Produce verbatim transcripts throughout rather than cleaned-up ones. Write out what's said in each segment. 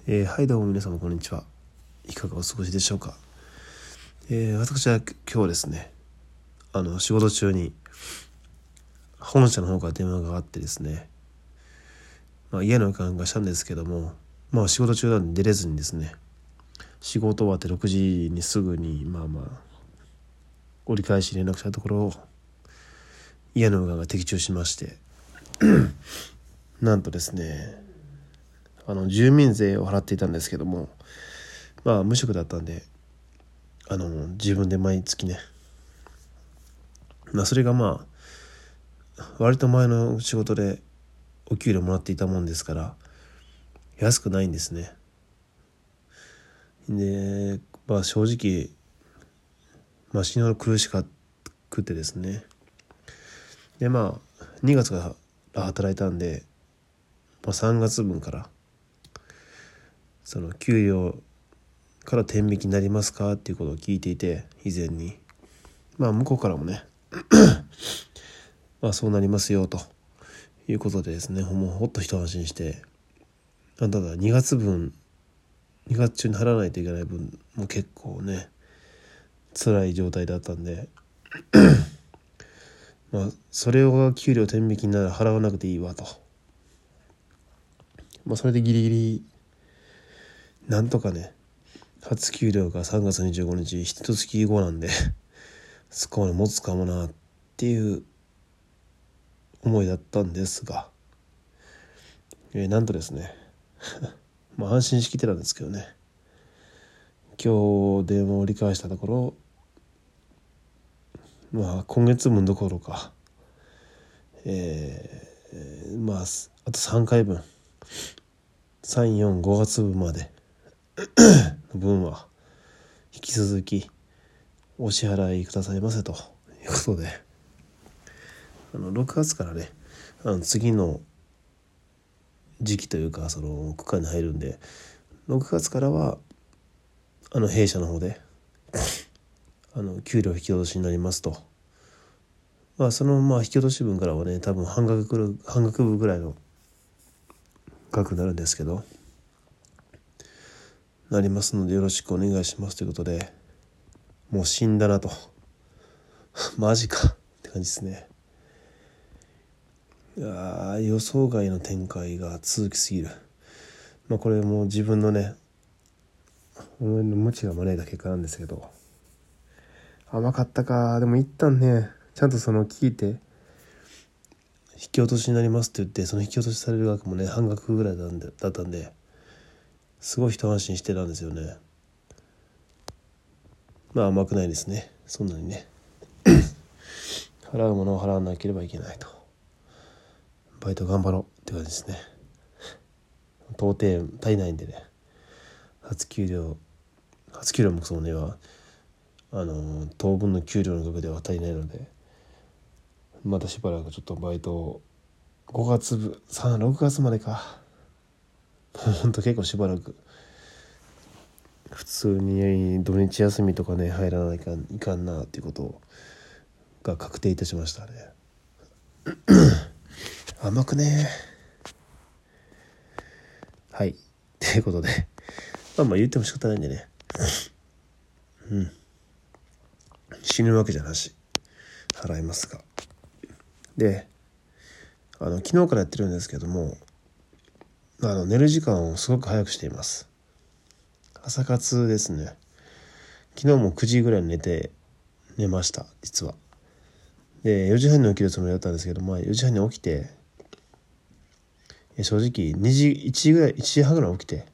えー、はいどうも皆様こんにちは。いかがお過ごしでしょうか。えー、私は今日ですね、あの仕事中に本社の方から電話があってですね、まあ、嫌な予感がしたんですけども、まあ仕事中なんで出れずにですね、仕事終わってろくじにすぐにまあまあ折り返し連絡したところ、嫌な予感が的中しましてなんとですね、あの住民税を払っていたんですけども、まあ無職だったんで、あの自分で毎月ね、まあそれがまあ割と前の仕事でお給料もらっていたもんですから安くないんですね。で、まあ正直まあ死ぬほど苦しくてですね、でまあにがつから働いたんで、まあ、さんがつぶんからその給料から天引きになりますかっていうことを聞いていて、以前にまあ向こうからもねまあそうなりますよということでですね、もうほっと一安心して、ただにがつぶんにがつ中に払わないといけない分もう結構ね辛い状態だったんでまあそれを給料天引きになら払わなくていいわと、まあそれでギリギリなんとかね、初給料がさんがつにじゅうごにち、一月後なんでそこまで持つかもなっていう思いだったんですが、えー、なんとですねまあ安心しきってたんですけどね、今日電話を折り返したところ、まあ今月分どころか、えー、まああとさんかいぶん、さん、よん、ごがつぶんまでの分は引き続きお支払いくださいませということで、あのろくがつからね、あの次の時期というかその区間に入るんで、ろくがつからはあの弊社の方であの給料引き落としになりますと、まあそのまあ引き落とし分からはね、多分半額半額分ぐらいの額になるんですけど、なりますのでよろしくお願いしますということで、もう死んだなとマジかって感じですね。いや予想外の展開が続きすぎる。まあこれも自分のね、俺の無知が招いた結果なんですけど、甘かったか。でも一旦ね、ちゃんとその聞いて引き落としになりますって言って、その引き落としされる額もね半額ぐらいだったんで、すごい一安心してたんですよね。まあ甘くないですね、そんなにね払うものを払わなければいけないと、バイト頑張ろうって感じですね。到底足りないんでね、初給料初給料もそうねはあの当分の給料の額では足りないので、またしばらくちょっとバイトをごがつぶさん、ろくがつまでか、ほんと結構しばらく普通に土日休みとかね入らないかいかんなっていうことが確定いたしましたね甘くねはいということで、まあまあ言っても仕方ないんでね、うん死ぬわけじゃなし払いますが、であの昨日からやってるんですけども、あの寝る時間をすごく早くしています。朝活ですね。昨日もくじぐらいに寝て寝ました実は。でよじはんに起きるつもりだったんですけど、まあよじはんに起きて、正直にじいちじぐらいいちじはんぐらい起きて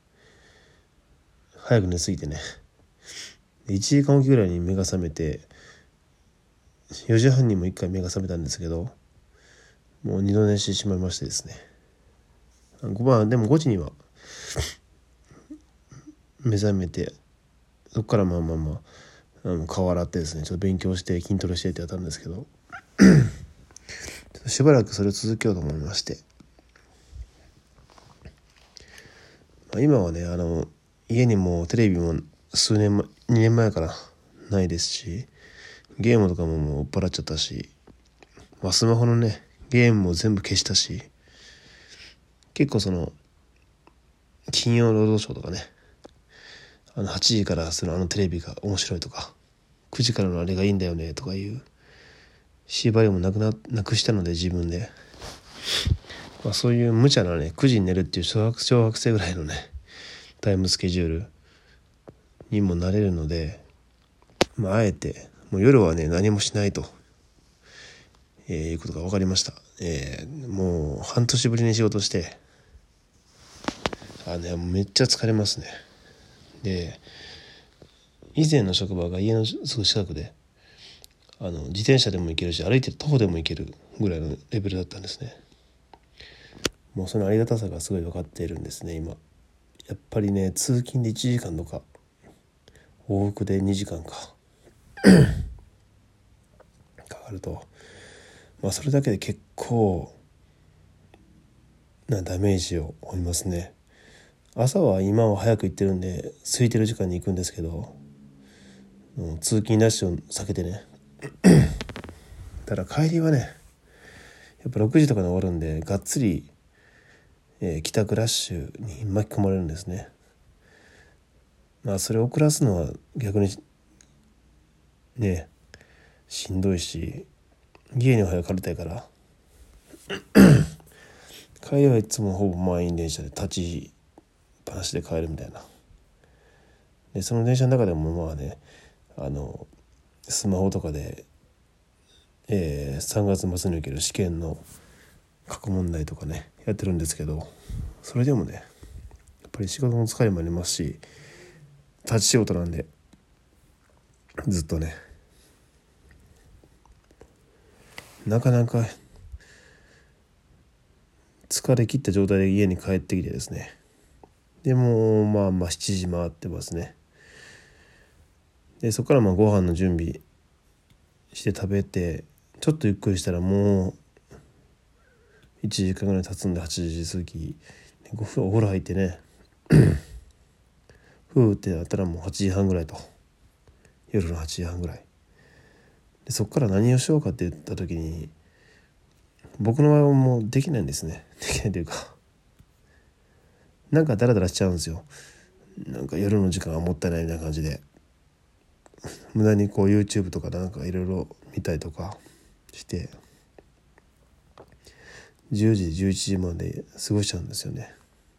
早く寝すぎてね、いちじかんおきぐらいに目が覚めて、よじはんにもいっかい目が覚めたんですけど、もう二度寝してしまいましてですね、まあでもごじには目覚めて、そこからまあまあまああの顔洗ってですね、ちょっと勉強して筋トレしてってやったんですけどちょっとしばらくそれを続けようと思いまして、まあ、今はねあの家にもテレビも数年にねんまえからないですし、ゲームとかももう追っ払っちゃったし、まあ、スマホのねゲームも全部消したし、結構その金曜ロードショーとかね、あのはちじからするあのテレビが面白いとか、くじからのあれがいいんだよねとかいう縛りもなくななくしたので自分で、まあ、そういう無茶なねくじに寝るっていう小学小学生ぐらいのねタイムスケジュールにもなれるので、まあ、あえてもう夜はね何もしないと、えー、いうことが分かりました。えー、もう半年ぶりに仕事してあ、ね、めっちゃ疲れますね。で以前の職場が家のすぐ近くで、あの自転車でも行けるし歩いて徒歩でも行けるぐらいのレベルだったんですね。もうそのありがたさがすごい分かっているんですね今。やっぱりね通勤でいちじかんとか往復でにじかんかかかると、まあそれだけで結構なダメージを負いますね。朝は今は早く行ってるんで空いてる時間に行くんですけど、通勤ラッシュを避けてねただ帰りはねやっぱろくじとかで終わるんでがっつり、えー、帰宅ラッシュに巻き込まれるんですね。まあそれを遅らすのは逆にねしんどいし、家には早く帰りたいから帰りはいつもほぼ満員電車で立ちっぱなしで帰るみたいな。でその電車の中でもまあねあのスマホとかで、えー、さんがつ末に受ける試験の過去問題とかねやってるんですけど、それでもねやっぱり仕事の疲れもありますし、立ち仕事なんでずっとねなかなか疲れ切った状態で家に帰ってきてですね、でもまあまあしちじ回ってますね。でそこからまあご飯の準備して食べてちょっとゆっくりしたらもういちじかんぐらい経つんではちじ過ぎお風呂入ってねふーってなったらもうはちじはんぐらいと、夜のはちじはんぐらいで、そこから何をしようかって言った時に僕の場合はもうできないんですね。できないというかなんかダラダラしちゃうんですよ。なんか夜の時間はもったいないみたいな感じで無駄にこう YouTube とかなんかいろいろ見たりとかしてじゅうじじゅういちじまで過ごしちゃうんですよね。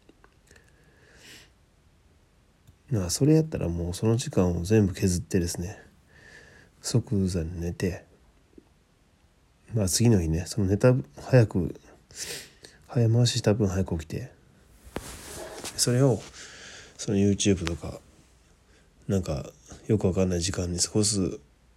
まあそれやったらもうその時間を全部削ってですね即座に寝て、まあ次の日ねその寝た早く早回しした分早く起きて、それをその YouTube とかなんかよくわかんない時間に過ごす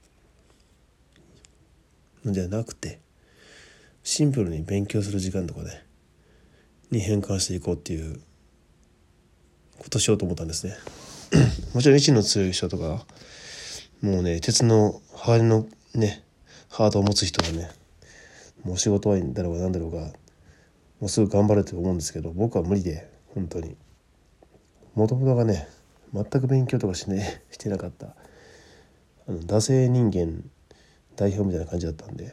のではなくて、シンプルに勉強する時間とかねに変換していこうっていうことをしようと思ったんですね。もちろん意志の強い人とかもうね鉄の鋼のねハートを持つ人がねもう仕事はいいんだろうがなんだろうがもうすぐ頑張れると思うんですけど、僕は無理で本当にもともとがね全く勉強とかし,、ね、してなかったあの惰性人間代表みたいな感じだったんで、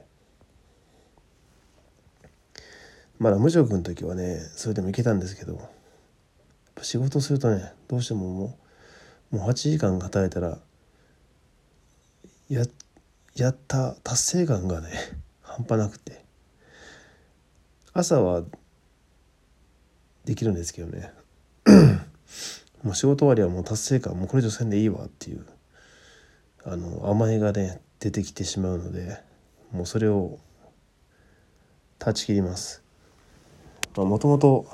まだ無職の時はねそれでもいけたんですけど、やっぱ仕事するとねどうしてももうもうはちじかん働いたらややった達成感がね半端なくて、朝はできるんですけどねもう仕事終わりはもう達成感もうこれ以上せんでいいわっていうあの甘えがね出てきてしまうので、もうそれを断ち切ります。もともと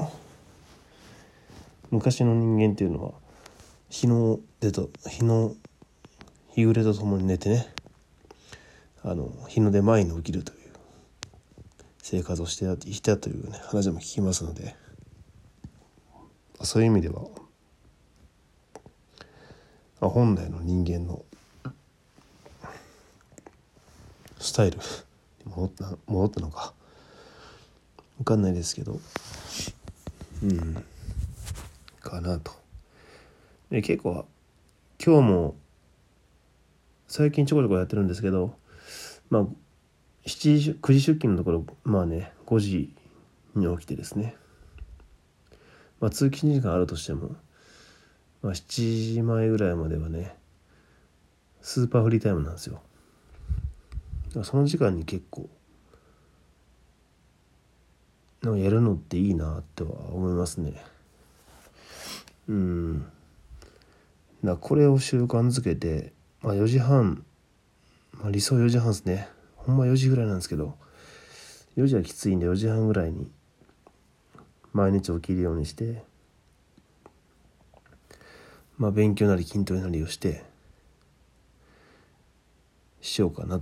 昔の人間っていうのは日の出と日の日暮れとともに寝てねあの日の出前に起きるという生活をしていたというね話も聞きますので、そういう意味では本来の人間のスタイルに戻った戻ったのか分かんないですけど、うんかなと。で結構今日も最近ちょこちょこやってるんですけど、まあしちじくじ出勤のところまあねごじに起きてですね、 まあ通勤時間あるとしても、まあ、しちじまえぐらいまではねスーパーフリータイムなんですよ。だからその時間に結構なんかやるのっていいなっては思いますね。うんだこれを習慣づけて、まあ、よじはん、まあ、理想よじはんですね。ほんまよじぐらいなんですけど、よじはきついんでよじはんぐらいに毎日起きるようにして、まあ勉強なり筋トレなりをしてしようかなと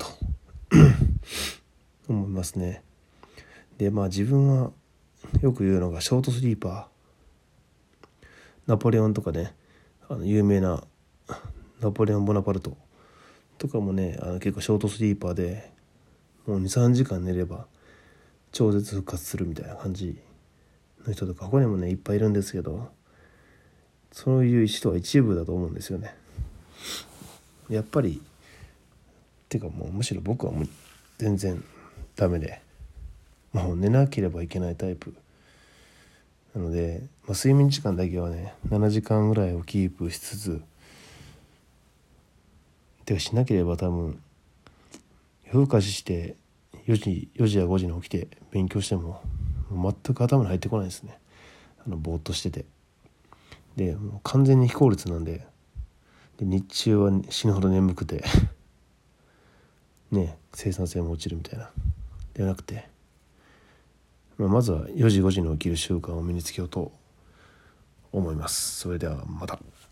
思いますね。でまあ自分はよく言うのがショートスリーパー、ナポレオンとかね、あの有名なナポレオン・ボナパルトとかもね、あの結構ショートスリーパーでもう にさんじかん寝れば超絶復活するみたいな感じの人とか他にもねいっぱいいるんですけど、そういう人は一部だと思うんですよね。やっぱりてかもうむしろ僕はもう全然ダメで、もう寝なければいけないタイプなので、まあ、睡眠時間だけはねななじかんぐらいをキープしつつ、てかしなければ多分夜更かししてよじよじやごじに起きて勉強してももう全く頭に入ってこないですね。あのぼーっとしてて、でもう完全に非効率なんで、で日中は死ぬほど眠くてね生産性も落ちるみたいなではなくて、まあ、まずはよじごじに起きる習慣を身につけようと思います。それではまた。